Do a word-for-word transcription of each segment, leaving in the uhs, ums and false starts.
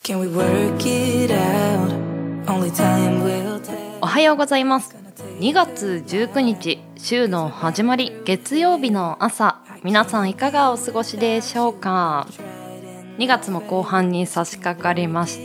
Can we work it out? Only time will tell. おはようございます。にがつじゅうくにち、週の始まり、月曜日の朝、皆さんいかがお過ごしでしょうか。にがつも後半に差し掛かりました。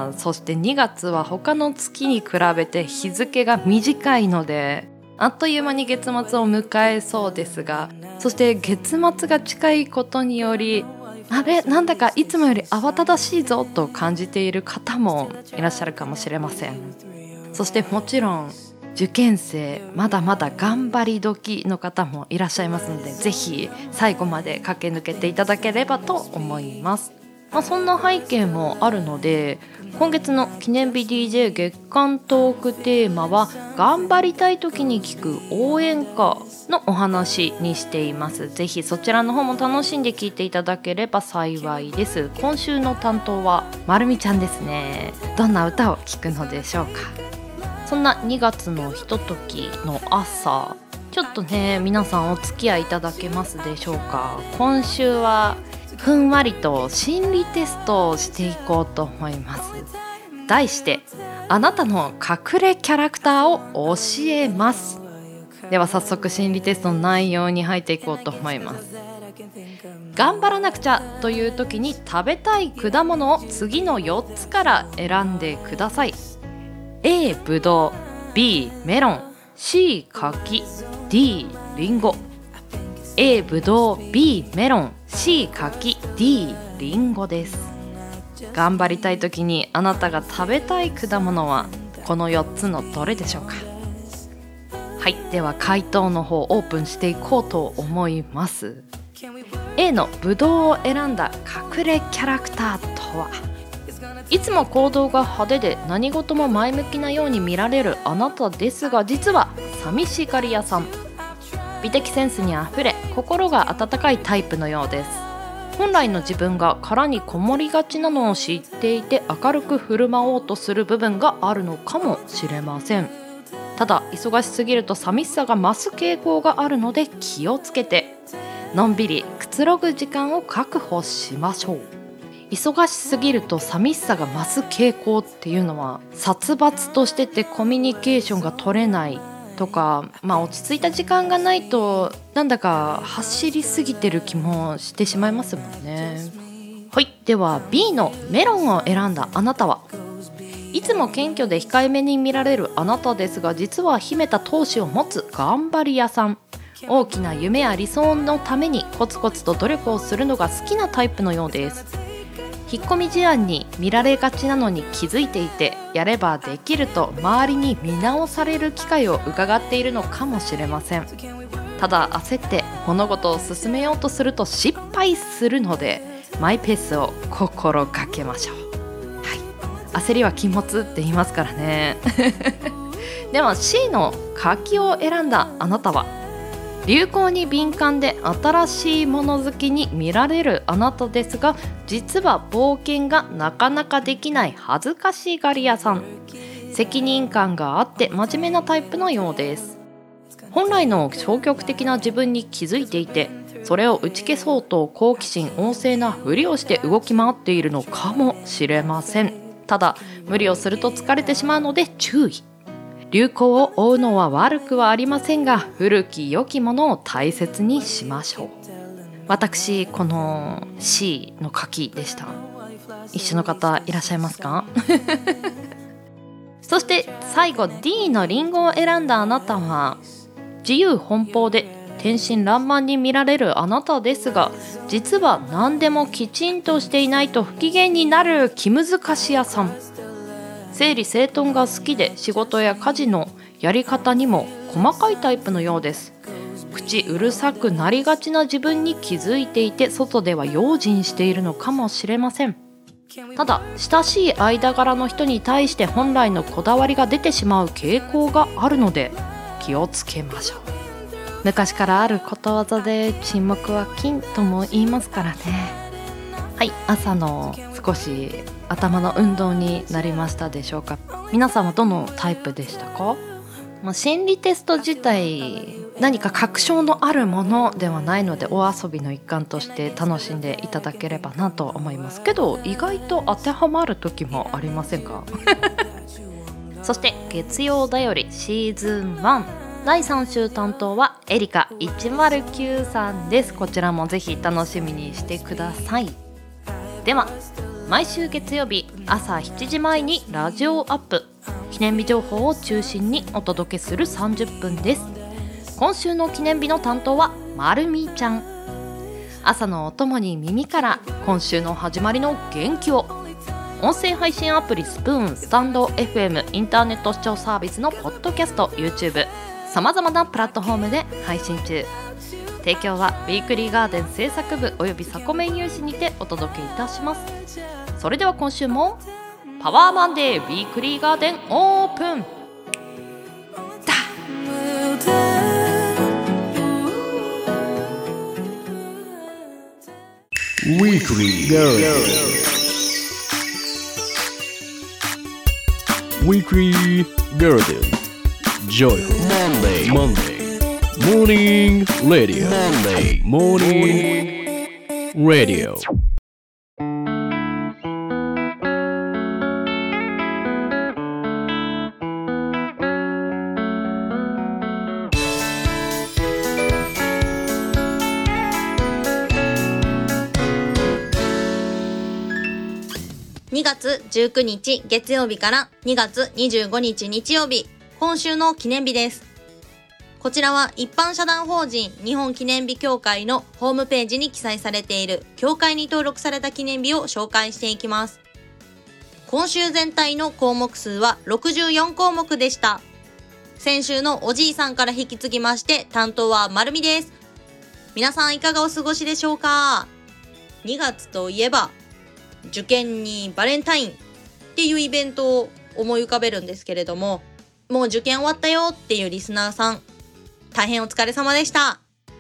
そしてにがつは他の月に比べて日付が短いので、あっという間に月末を迎えそうですが、そして月末が近いことにより、あれなんだかいつもより慌ただしいぞと感じている方もいらっしゃるかもしれません。そしてもちろん受験生、まだまだ頑張り時の方もいらっしゃいますので、ぜひ最後まで駆け抜けていただければと思います。まあ、そんな背景もあるので、今月の記念日 ディージェー 月間トークテーマは頑張りたい時に聞く応援歌のお話にしています。ぜひそちらの方も楽しんで聞いていただければ幸いです。今週の担当はまるみちゃんですね。どんな歌を聞くのでしょうか。そんなにがつのひとときの朝、ちょっとね皆さんお付き合いいただけますでしょうか。今週はふんわりと心理テストをしていこうと思います。題して、あなたの隠れキャラクターを教えます。では早速心理テストの内容に入っていこうと思います。頑張らなくちゃという時に食べたい果物を次のよっつから選んでください。 A ぶどう、 B メロン、 C 柿、 D リンゴ。 A ぶどう、 B メロン、 C 柿、 D リンゴです。頑張りたい時にあなたが食べたい果物はこのよっつのどれでしょうか。はい、では回答の方オープンしていこうと思います。 A のぶどうを選んだ隠れキャラクターとは、いつも行動が派手で何事も前向きなように見られるあなたですが、実は寂しがり屋さん、美的センスにあふれ心が温かいタイプのようです。本来の自分が殻にこもりがちなのを知っていて、明るく振る舞おうとする部分があるのかもしれません。ただ忙しすぎると寂しさが増す傾向があるので気をつけて、のんびりくつろぐ時間を確保しましょう。忙しすぎると寂しさが増す傾向っていうのは、殺伐としててコミュニケーションが取れないとか、まあ、落ち着いた時間がないとなんだか走りすぎてる気もしてしまいますもんね。はい、では B のメロンを選んだあなたは、いつも謙虚で控えめに見られるあなたですが、実は秘めた闘志を持つ頑張り屋さん。大きな夢や理想のためにコツコツと努力をするのが好きなタイプのようです。引っ込み思案に見られがちなのに気づいていて、やればできると周りに見直される機会を伺っているのかもしれません。ただ焦って物事を進めようとすると失敗するので、マイペースを心がけましょう。はい、焦りは禁物って言いますからねでは C の柿を選んだあなたは、流行に敏感で新しいもの好きに見られるあなたですが、実は冒険がなかなかできない恥ずかしがり屋さん。責任感があって真面目なタイプのようです。本来の消極的な自分に気づいていて、それを打ち消そうと好奇心旺盛なふりをして動き回っているのかもしれません。ただ無理をすると疲れてしまうので注意。流行を追うのは悪くはありませんが、古き良きものを大切にしましょう。私この C の柿でした。一緒の方いらっしゃいますかそして最後 D のリンゴを選んだあなたは、自由奔放で天真爛漫に見られるあなたですが、実は何でもきちんとしていないと不機嫌になる気難し屋さん。整理整頓が好きで、仕事や家事のやり方にも細かいタイプのようです。口うるさくなりがちな自分に気づいていて、外では用心しているのかもしれません。ただ親しい間柄の人に対して本来のこだわりが出てしまう傾向があるので気をつけましょう。昔からあることわざで、沈黙は金とも言いますからね。はい、朝の少し頭の運動になりましたでしょうか。皆さんはどのタイプでしたか。まあ、心理テスト自体何か確証のあるものではないので、お遊びの一環として楽しんでいただければなと思いますけど、意外と当てはまる時もありませんかそして月曜だよりシーズンワンだいさん週担当はエリカいちまるきゅうさんです。こちらもぜひ楽しみにしてください。では毎週月曜日朝しちじまえにラジオアップ、記念日情報を中心にお届けするさんじゅっぷんです。今週の記念日の担当はまるみちゃん。朝のお供に耳から今週の始まりの元気を。音声配信アプリスプーン、スタンド エフエム、インターネット視聴サービスのポッドキャスト、 YouTube、 さまざまなプラットフォームで配信中。提供はウィークリーガーデン制作部およびサコメン有志にてお届けいたします。それでは今週もパワーマンデーウィークリーガーデンオープン。 ウィークリーガーデンウィークリーガーデン Joyful Monday Monday Morning Radio Monday Morning Radio。 にがつじゅうくにち月曜日からにがつにじゅうごにち日曜日、今週の記念日です。こちらは一般社団法人日本記念日協会のホームページに記載されている協会に登録された記念日を紹介していきます。今週全体の項目数はろくじゅうよんこうもくでした。先週のおじいさんから引き継ぎまして担当はまるみです。皆さんいかがお過ごしでしょうか。にがつといえば受験にバレンタインっていうイベントを思い浮かべるんですけれども、もう受験終わったよっていうリスナーさん、大変お疲れ様でした。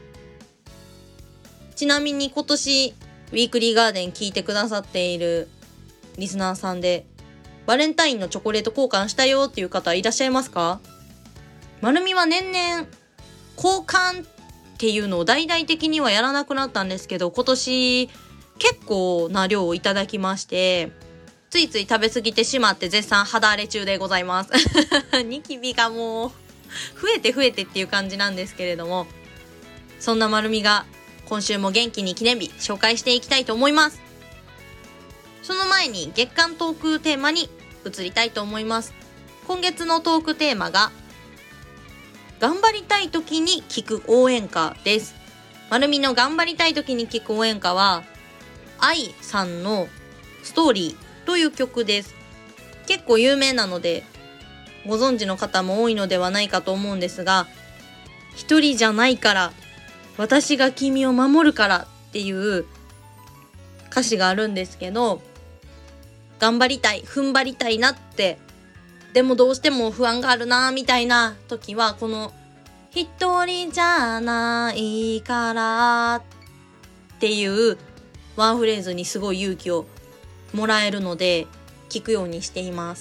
ちなみに今年ウィークリーガーデン聞いてくださっているリスナーさんでバレンタインのチョコレート交換したよっていう方いらっしゃいますか？まるみは年々交換っていうのを大々的にはやらなくなったんですけど、今年結構な量をいただきまして、ついつい食べ過ぎてしまって絶賛肌荒れ中でございますニキビがもう増えて増えてっていう感じなんですけれども、そんなまるみが今週も元気に記念日紹介していきたいと思います。その前に月間トークテーマに移りたいと思います。今月のトークテーマが頑張りたい時に聞く応援歌です。まるみの頑張りたい時に聞く応援歌は愛さんのストーリーという曲です。結構有名なのでご存知の方も多いのではないかと思うんですが、一人じゃないから私が君を守るからっていう歌詞があるんですけど、頑張りたい、踏ん張りたいなって、でもどうしても不安があるなみたいな時はこの一人じゃないからっていうワンフレーズにすごい勇気をもらえるので聞くようにしています。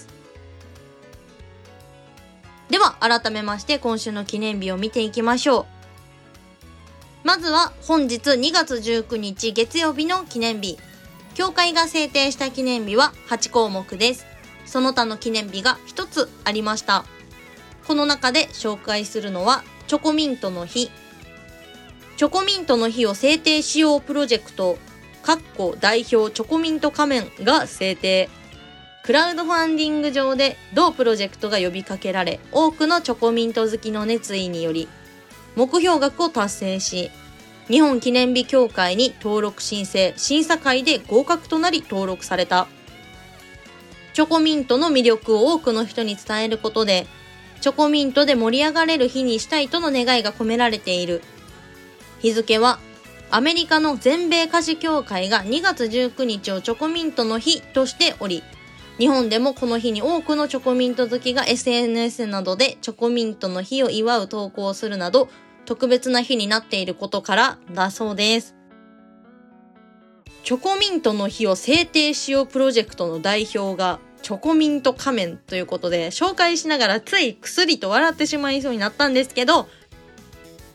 では改めまして今週の記念日を見ていきましょう。まずは本日にがつじゅうくにち月曜日の記念日。協会が制定した記念日ははちこうもくです。その他の記念日がひとつありました。この中で紹介するのはチョコミントの日。チョコミントの日を制定しようプロジェクトかっこ代表チョコミント仮面が制定。クラウドファンディング上で同プロジェクトが呼びかけられ、多くのチョコミント好きの熱意により目標額を達成し、日本記念日協会に登録申請、審査会で合格となり登録された。チョコミントの魅力を多くの人に伝えることで、チョコミントで盛り上がれる日にしたいとの願いが込められている。日付はアメリカの全米菓子協会がにがつじゅうくにちをチョコミントの日としており、日本でもこの日に多くのチョコミント好きが エスエヌエス などでチョコミントの日を祝う投稿をするなど特別な日になっていることからだそうです。チョコミントの日を制定しようプロジェクトの代表がチョコミント仮面ということで、紹介しながらついくすりと笑ってしまいそうになったんですけど、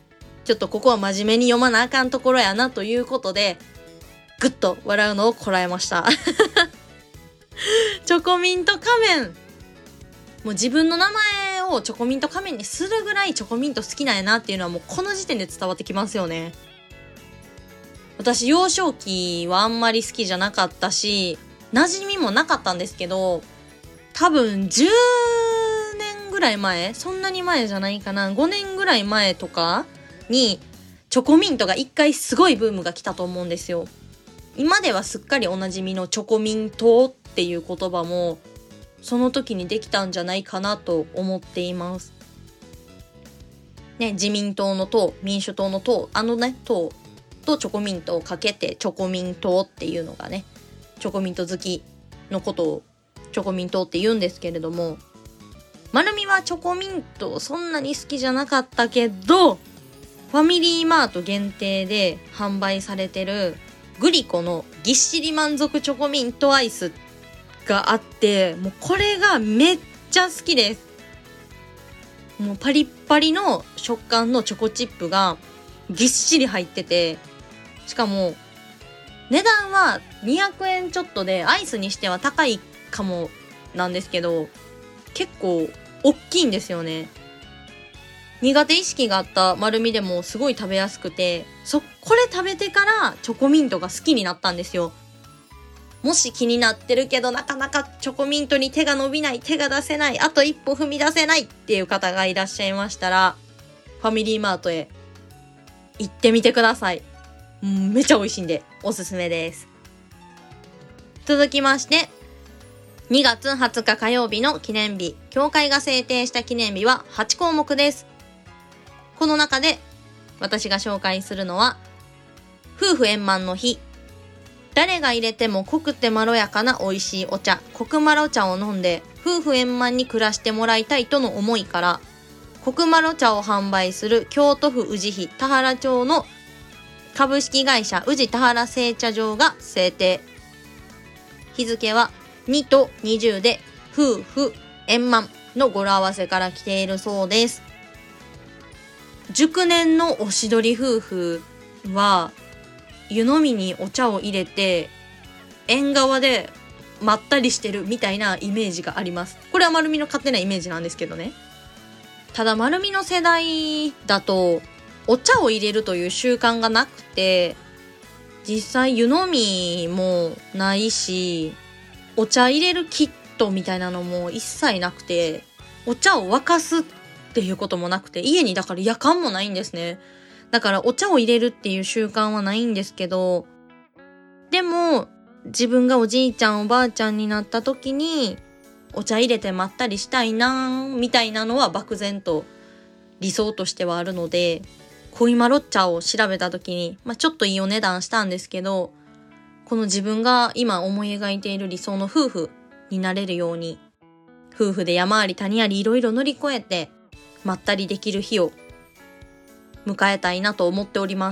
ちょっとここは真面目に読まなあかんところやなということで、ぐっと笑うのをこらえました。チョコミント仮面。もう自分の名前をチョコミント仮面にするぐらいチョコミント好きなんやなっていうのはもうこの時点で伝わってきますよね。私幼少期はあんまり好きじゃなかったし、馴染みもなかったんですけど、多分じゅうねんぐらい前、そんなに前じゃないかな、ごねんぐらい前とかにチョコミントが一回すごいブームが来たと思うんですよ。今ではすっかりおなじみのチョコミントっていう言葉もその時にできたんじゃないかなと思っています。ね、自民党の党、民主党の党、あのね、党とチョコミントをかけてチョコミントっていうのがね、チョコミント好きのことをチョコミントって言うんですけれども、まるみはチョコミントそんなに好きじゃなかったけど、ファミリーマート限定で販売されてるグリコのぎっしり満足チョコミントアイスがあって、もうこれがめっちゃ好きです。もうパリッパリの食感のチョコチップがぎっしり入ってて、しかも値段はにひゃくえんちょっとでアイスにしては高いかもなんですけど、結構大きいんですよね。苦手意識があったまるみでもすごい食べやすくて、そこれ食べてからチョコミントが好きになったんですよ。もし気になってるけどなかなかチョコミントに手が伸びない、手が出せない、あと一歩踏み出せないっていう方がいらっしゃいましたら、ファミリーマートへ行ってみてください。うん、めちゃ美味しいんでおすすめです。続きましてにがつはつか火曜日の記念日、協会が制定した記念日ははちこうもくです。この中で私が紹介するのは、夫婦円満の日、誰が入れても濃くてまろやかな美味しいお茶、コクマロ茶を飲んで夫婦円満に暮らしてもらいたいとの思いから、コクマロ茶を販売する京都府宇治市田原町の株式会社宇治田原製茶場が制定。日付はにとにじゅうで夫婦円満の語呂合わせから来ているそうです。熟年のおしどり夫婦は湯飲みにお茶を入れて縁側でまったりしてるみたいなイメージがあります。これはまるみの勝手なイメージなんですけどね。ただまるみの世代だとお茶を入れるという習慣がなくて、実際湯飲みもないし、お茶入れるキットみたいなのも一切なくて、お茶を沸かすっていうこともなくて、家にだからやかんもないんですね。だからお茶を入れるっていう習慣はないんですけど、でも自分がおじいちゃんおばあちゃんになった時にお茶入れてまったりしたいなみたいなのは漠然と理想としてはあるので、恋マロ茶を調べた時に、まあ、ちょっといいお値段したんですけど、この自分が今思い描いている理想の夫婦になれるように、夫婦で山あり谷ありいろいろ乗り越えてまったりできる日を迎えたいなと思っております。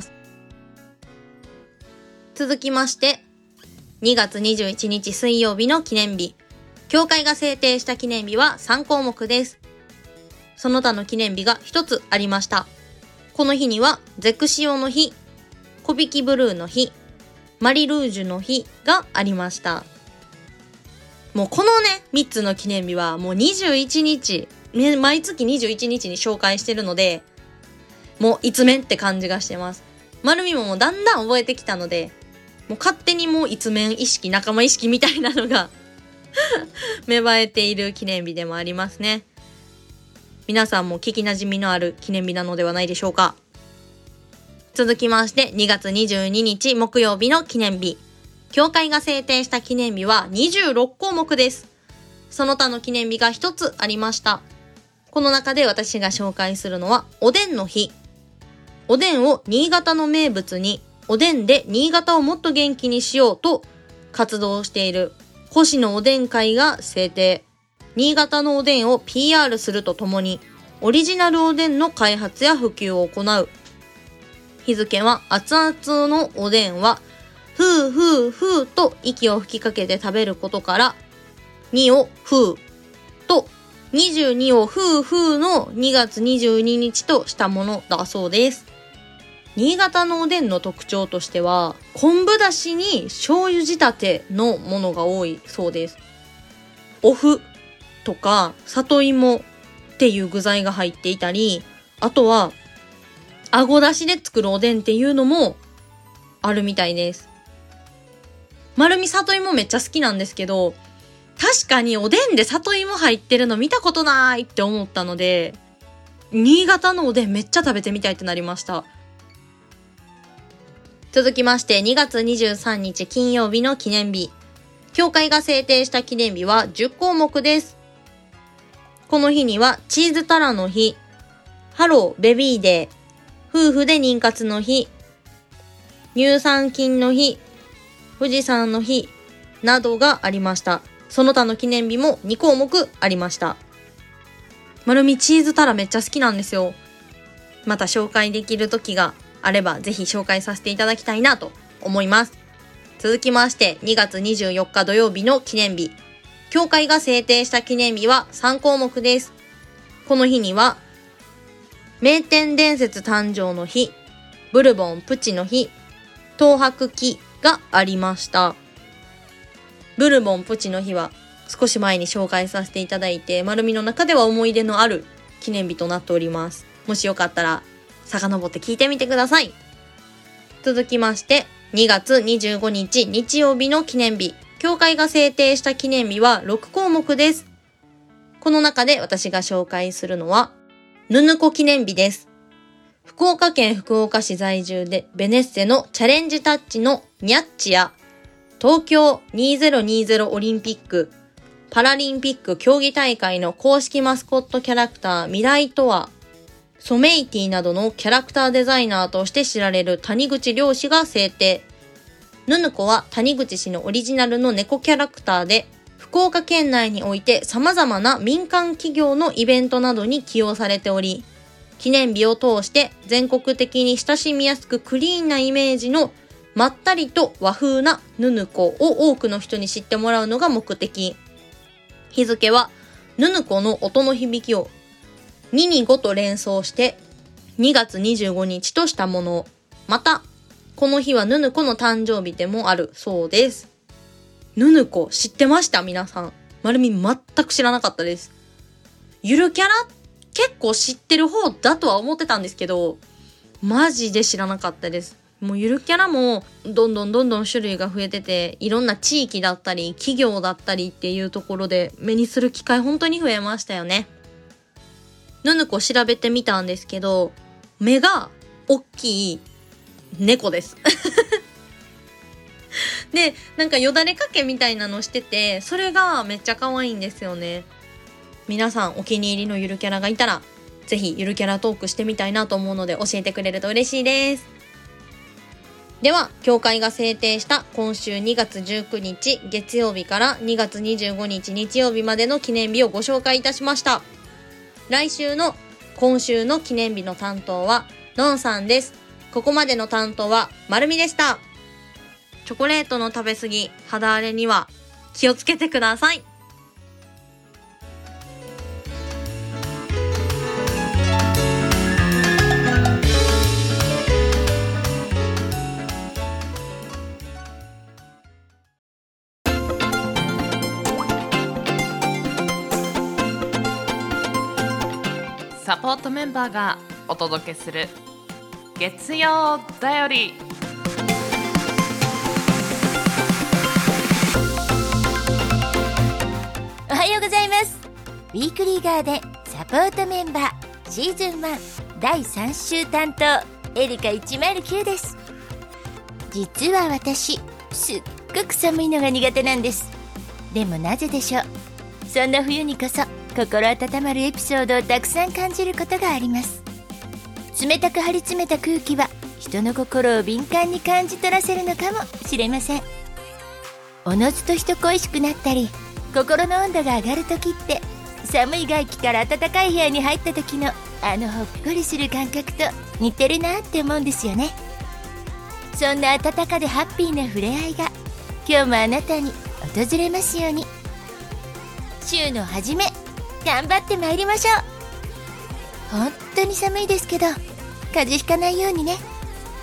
続きましてにがつにじゅういちにち水曜日の記念日、協会が制定した記念日はさんこうもくです。その他の記念日がひとつありました。この日にはゼクシオの日、小引きブルーの日、マリルージュの日がありました。もうこのねみっつの記念日はもうにじゅういちにち、毎月にじゅういちにちに紹介してるので、もういつめんって感じがしてます。まるみももうだんだん覚えてきたので、もう勝手にもういつめん意識、仲間意識みたいなのが芽生えている記念日でもありますね。皆さんも聞きなじみのある記念日なのではないでしょうか。続きましてにがつにじゅうににち木曜日の記念日、協会が制定した記念日はにじゅうろっこうもくです。その他の記念日がひとつありました。この中で私が紹介するのはおでんの日。おでんを新潟の名物に、おでんで新潟をもっと元気にしようと活動している星野おでん会が制定。新潟のおでんを ピーアール するとともに、オリジナルおでんの開発や普及を行う。日付は熱々のおでんはふうふうふうと息を吹きかけて食べることから、にをふうとにじゅうにをふうふうのにがつにじゅうににちとしたものだそうです。 新潟のおでんの特徴としては昆布だしに醤油仕立てのものが多いそうです。お麩とか里芋っていう具材が入っていたり、あとはあごだしで作るおでんっていうのもあるみたいです。丸み里芋めっちゃ好きなんですけど、確かにおでんで里芋入ってるの見たことないって思ったので、新潟のおでんめっちゃ食べてみたいってなりました。続きましてにがつにじゅうさんにち金曜日の記念日。協会が制定した記念日はじゅっこうもくです。この日にはチーズタラの日、ハローベビーデー、夫婦で妊活の日、乳酸菌の日、富士山の日などがありました。その他の記念日もにこうもくありました。まるみチーズタラめっちゃ好きなんですよ。また紹介できる時があればぜひ紹介させていただきたいなと思います。続きましてにがつにじゅうよっか土曜日の記念日。協会が制定した記念日はさんこうもくです。この日には名店伝説誕生の日、ブルボンプチの日、東博記がありました。ブルボンプチの日は少し前に紹介させていただいて、丸みの中では思い出のある記念日となっております。もしよかったら遡って聞いてみてください。続きましてにがつにじゅうごにち日曜日の記念日。協会が制定した記念日はろくこうもくです。この中で私が紹介するのはぬぬこ記念日です。福岡県福岡市在住でベネッセのチャレンジタッチのニャッチや東京にせんにじゅうオリンピックパラリンピック競技大会の公式マスコットキャラクター未来とはソメイティなどのキャラクターデザイナーとして知られる谷口良氏が制定。ぬぬこは谷口氏のオリジナルの猫キャラクターで、福岡県内において様々な民間企業のイベントなどに起用されており、記念日を通して全国的に親しみやすくクリーンなイメージのまったりと和風なぬぬこを多くの人に知ってもらうのが目的。日付はぬぬこの音の響きをににごと連想してにがつにじゅうごにちとしたもの。またこの日はぬぬこの誕生日でもあるそうです。ぬぬこ知ってました？皆さん。まるみ全く知らなかったです。ゆるキャラ結構知ってる方だとは思ってたんですけど、マジで知らなかったです。もうゆるキャラもどんどんどんどん種類が増えてて、いろんな地域だったり企業だったりっていうところで目にする機会本当に増えましたよね。ぬぬこ調べてみたんですけど、目が大きい猫ですで、なんかよだれかけみたいなのしてて、それがめっちゃ可愛いんですよね。皆さんお気に入りのゆるキャラがいたらぜひゆるキャラトークしてみたいなと思うので教えてくれると嬉しいです。では協会が制定した今週にがつじゅうくにち月曜日からにがつにじゅうごにち日曜日までの記念日をご紹介いたしました。来週の今週の記念日の担当はのんさんです。ここまでの担当はまるみでした。チョコレートの食べ過ぎ、肌荒れには気をつけてください。 サポートメンバーがお届けする月曜だより。 おはようございます。ウィークリーガーデンサポートメンバーシーズンワンだいさん週担当エリカいちまるきゅうです。実は私すっごく寒いのが苦手なんです。でもなぜでしょう。そんな冬にこそ心温まるエピソードをたくさん感じることがあります。冷たく張り詰めた空気は人の心を敏感に感じ取らせるのかもしれません。おのずと人恋しくなったり心の温度が上がる時って、寒い外気から暖かい部屋に入った時のあのほっこりする感覚と似てるなって思うんですよね。そんな温かでハッピーな触れ合いが今日もあなたに訪れますように。週の初め頑張ってまいりましょう。本当に寒いですけど風邪ひかないようにね。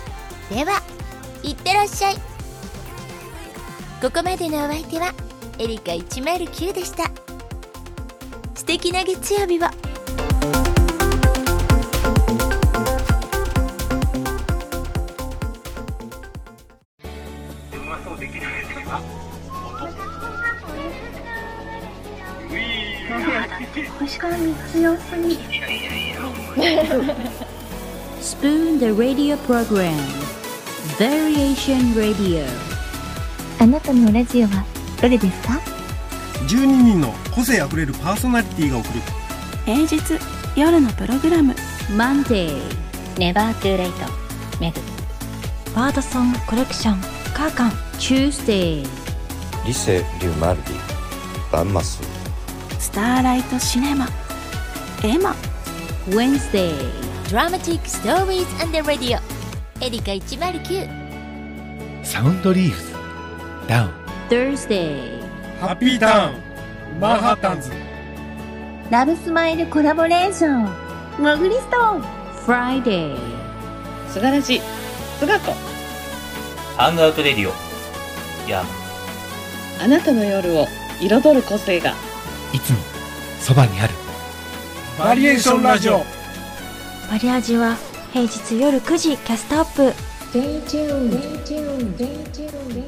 ではいってらっしゃい。ここまでのお相手はエリカいちまるきゅうでした。素敵な月曜日を。 星からみっつ強すぎ。Spoon the radio program Variation Radio。 あなたのラジオはどれですか？ じゅうににんの個性あふれるパーソナリティが送る平日夜のプログラム Monday Never Too Late メグ。バードソングコレクションカーカン。 Tuesday リセ・リュマルディバンマス。 スターライトシネマエマ。 Wednesday Dramatic Stories and the Radio エリカいちまるきゅう。 サウンドリーフズダウン。 Thursday ハッピーターンマンハッタンズ。 ラブスマイルコラボレーションモグリストーン。 Friday すがらしすがこ。 ハングアウトレディオヤーマ。 あなたの夜を彩る個性がいつもそばにあるバリエーションラジオ。 バリアジは平日夜くじキャストアップ。 Stay tuned Stay tuned Stay tuned Stay tuned。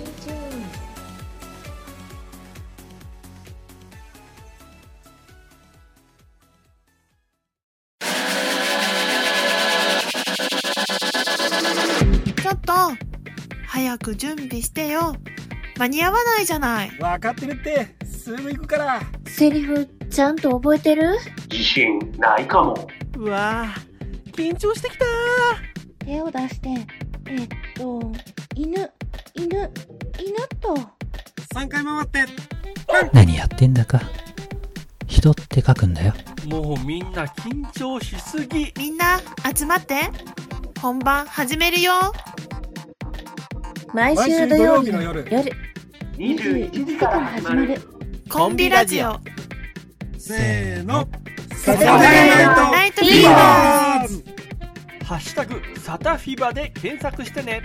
ちょっと早く準備してよ。間に合わないじゃない。 分かってるって、すぐ行くから。 セリフちゃんと覚えてる？ 自信ないかも。 うわぁ、緊張してきた。 手を出して、えっと犬犬犬とさんかい回って。 何やってんだか。人って書くんだよ。 もうみんな緊張しすぎ。 みんな集まって、本番始めるよ。 毎週土曜日の夜にじゅういちじから始まるコンビラジオ。 せーの、 サタデーナイトフィーバーズ。 ハッシュタグサタフィバで検索してね。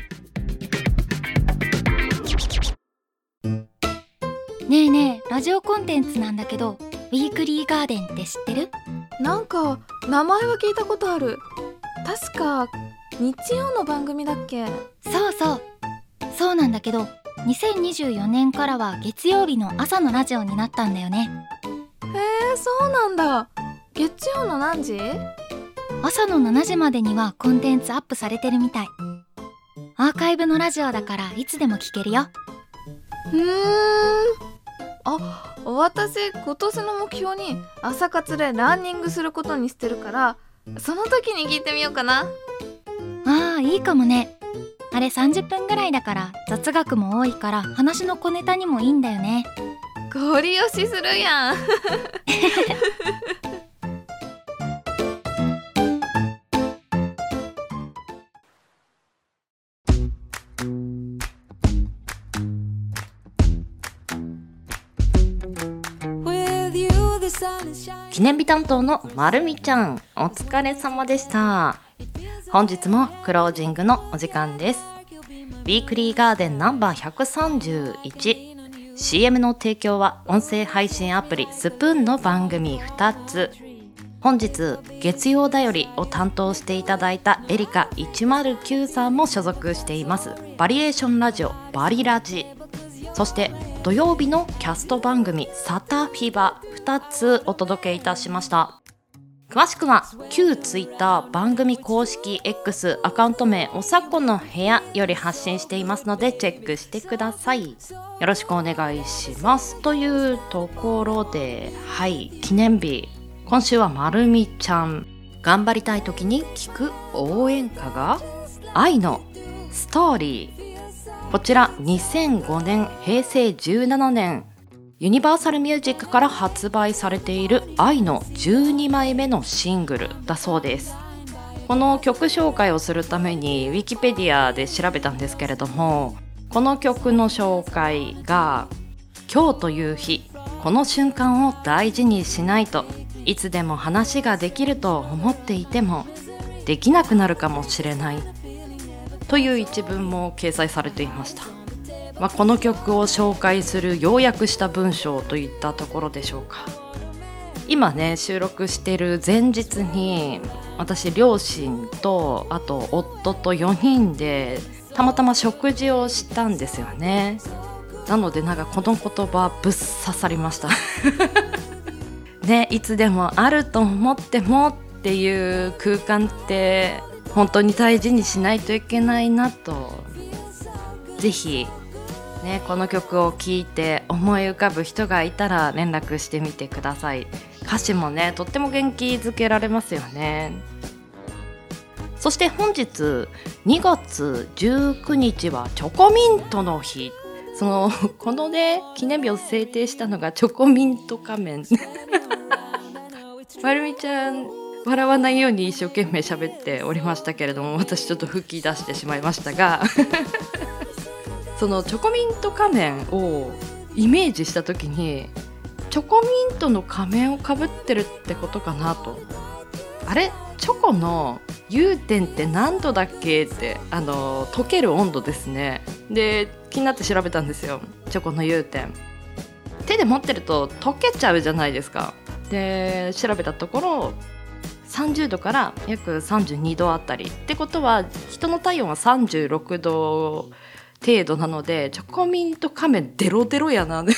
ねえねえ、ラジオコンテンツなんだけど、ウィークリーガーデンって知ってる？ なんか名前は聞いたことある。確か日曜の番組だっけ？ そうそうそうなんだけど、にせんにじゅうよねんからは月曜日の朝のラジオになったんだよね。 へえ、そうなんだ。月曜の何時？ 朝のしちじまでにはコンテンツアップされてるみたい。アーカイブのラジオだからいつでも聞けるよ。 うーん、あ、私今年の目標に朝活でランニングすることにしてるから、その時に聞いてみようかな。 ああ、いいかもね。あれさんじゅっぷんぐらいだから雑学も多いから話の小ネタにもいいんだよね。 ゴリ押しするやん記念日担当のまるみちゃん、お疲れ様でした。本日もクロージングのお時間です。ウィークリーガーデンナンバーひゃくさんじゅういち。 シーエム の提供は音声配信アプリスプーンの番組ふたつ。本日月曜だよりを担当していただいたエリカいちまるきゅうさんも所属していますバリエーションラジオバリラジ、そして土曜日のキャスト番組サタフィバふたつお届けいたしました。詳しくは旧ツイッター番組公式 X アカウント名おさこの部屋より発信していますのでチェックしてください。よろしくお願いしますというところで、はい、記念日、今週はまるみちゃん頑張りたい時に聞く応援歌が愛のストーリー。こちらにせんごねんへいせいじゅうななねんユニバーサルミュージックから発売されている愛のじゅうにまいめのシングルだそうです。この曲紹介をするためにウィキペディアで調べたんですけれども、この曲の紹介が今日という日、この瞬間を大事にしないといつでも話ができると思っていてもできなくなるかもしれない。 という一文も掲載されていました。まあ、この曲を紹介する要約した文章といったところでしょうか。今ね収録している前日に私両親とあと夫とよにんでたまたま食事をしたんですよね。なのでなんかこの言葉ぶっ刺さりましたね、いつでもあると思ってもっていう空間って本当に大事にしないといけないなと。ぜひね、この曲を聴いて思い浮かぶ人がいたら連絡してみてください。歌詞もねとっても元気づけられますよね。そして本日にがつじゅうくにちはチョコミントの日。そのこのね記念日を制定したのがチョコミント仮面まるみちゃん笑わないように一生懸命喋っておりましたけれども、私ちょっと吹き出してしまいましたがそのチョコミント仮面をイメージした時にチョコミントの仮面をかぶってるってことかなと。あれチョコの融点って何度だっけって、あの溶ける温度ですね。で気になって調べたんですよ。チョコの融点手で持ってると溶けちゃうじゃないですか。で調べたところさんじゅうどから約さんじゅうにどあたりってことは人の体温はさんじゅうろくど程度なのでチョコミント仮面デロデロやな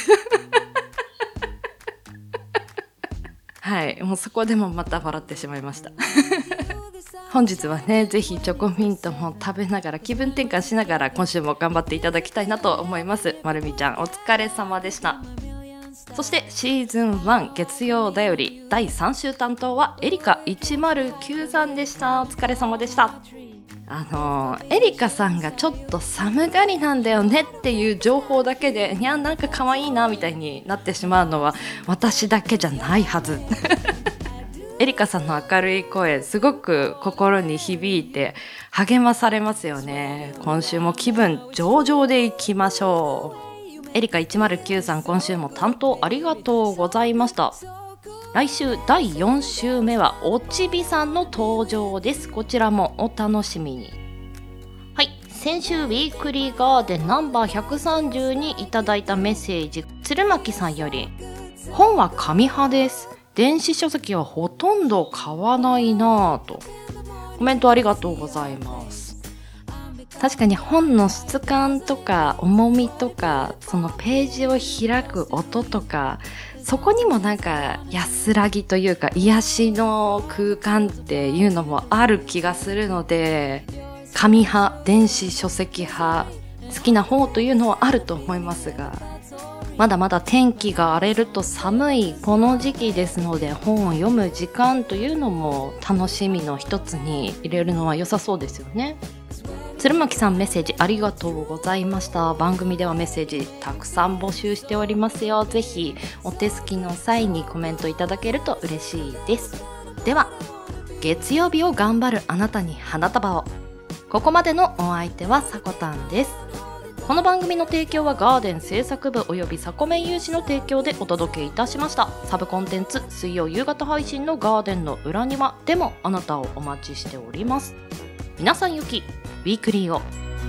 はい、もうそこでもまた笑ってしまいました本日はねぜひチョコミントも食べながら気分転換しながら今週も頑張っていただきたいなと思います。まるみちゃんお疲れ様でした。そしてシーズンワン月曜だよりだいさん週担当はエリカいちまるきゅうさんでした。お疲れ様でした。あのー、エリカさんがちょっと寒がりなんだよねっていう情報だけでいやなんか可愛いなみたいになってしまうのは私だけじゃないはずエリカさんの明るい声すごく心に響いて励まされますよね。今週も気分上々でいきましょう。エリカいちまるきゅうさん今週も担当ありがとうございました。来週だいよん週目はおちびさんの登場です。こちらもお楽しみに。はい、先週ウィークリーガーデンナンバーひゃくさんじゅうにいただいたメッセージ、鶴巻さんより本は紙派です。電子書籍はほとんど買わないなぁとコメントありがとうございます。確かに本の質感とか重みとかそのページを開く音とかそこにもなんか安らぎというか癒しの空間っていうのもある気がするので、紙派電子書籍派好きな方というのはあると思いますが、まだまだ天気が荒れると寒いこの時期ですので本を読む時間というのも楽しみの一つに入れるのは良さそうですよね。鶴巻さんメッセージありがとうございました。番組ではメッセージたくさん募集しておりますよ。ぜひお手すきの際にコメントいただけると嬉しいです。では月曜日を頑張るあなたに花束を。ここまでのお相手はさこたんです。この番組の提供はガーデン制作部およびサコメン有志の提供でお届けいたしました。サブコンテンツ水曜夕方配信のガーデンの裏庭でもあなたをお待ちしております。皆さんよきウィークリーを。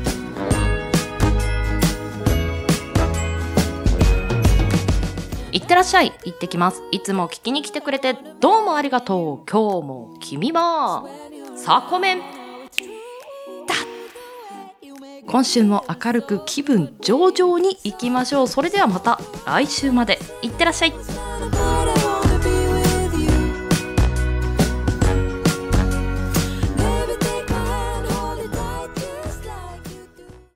いってらっしゃい。行ってきます。いつも聞きに来てくれてどうもありがとう。今日も君はサコメンだ。今週も明るく気分上々に行きましょう。それではまた来週まで。いってらっしゃい。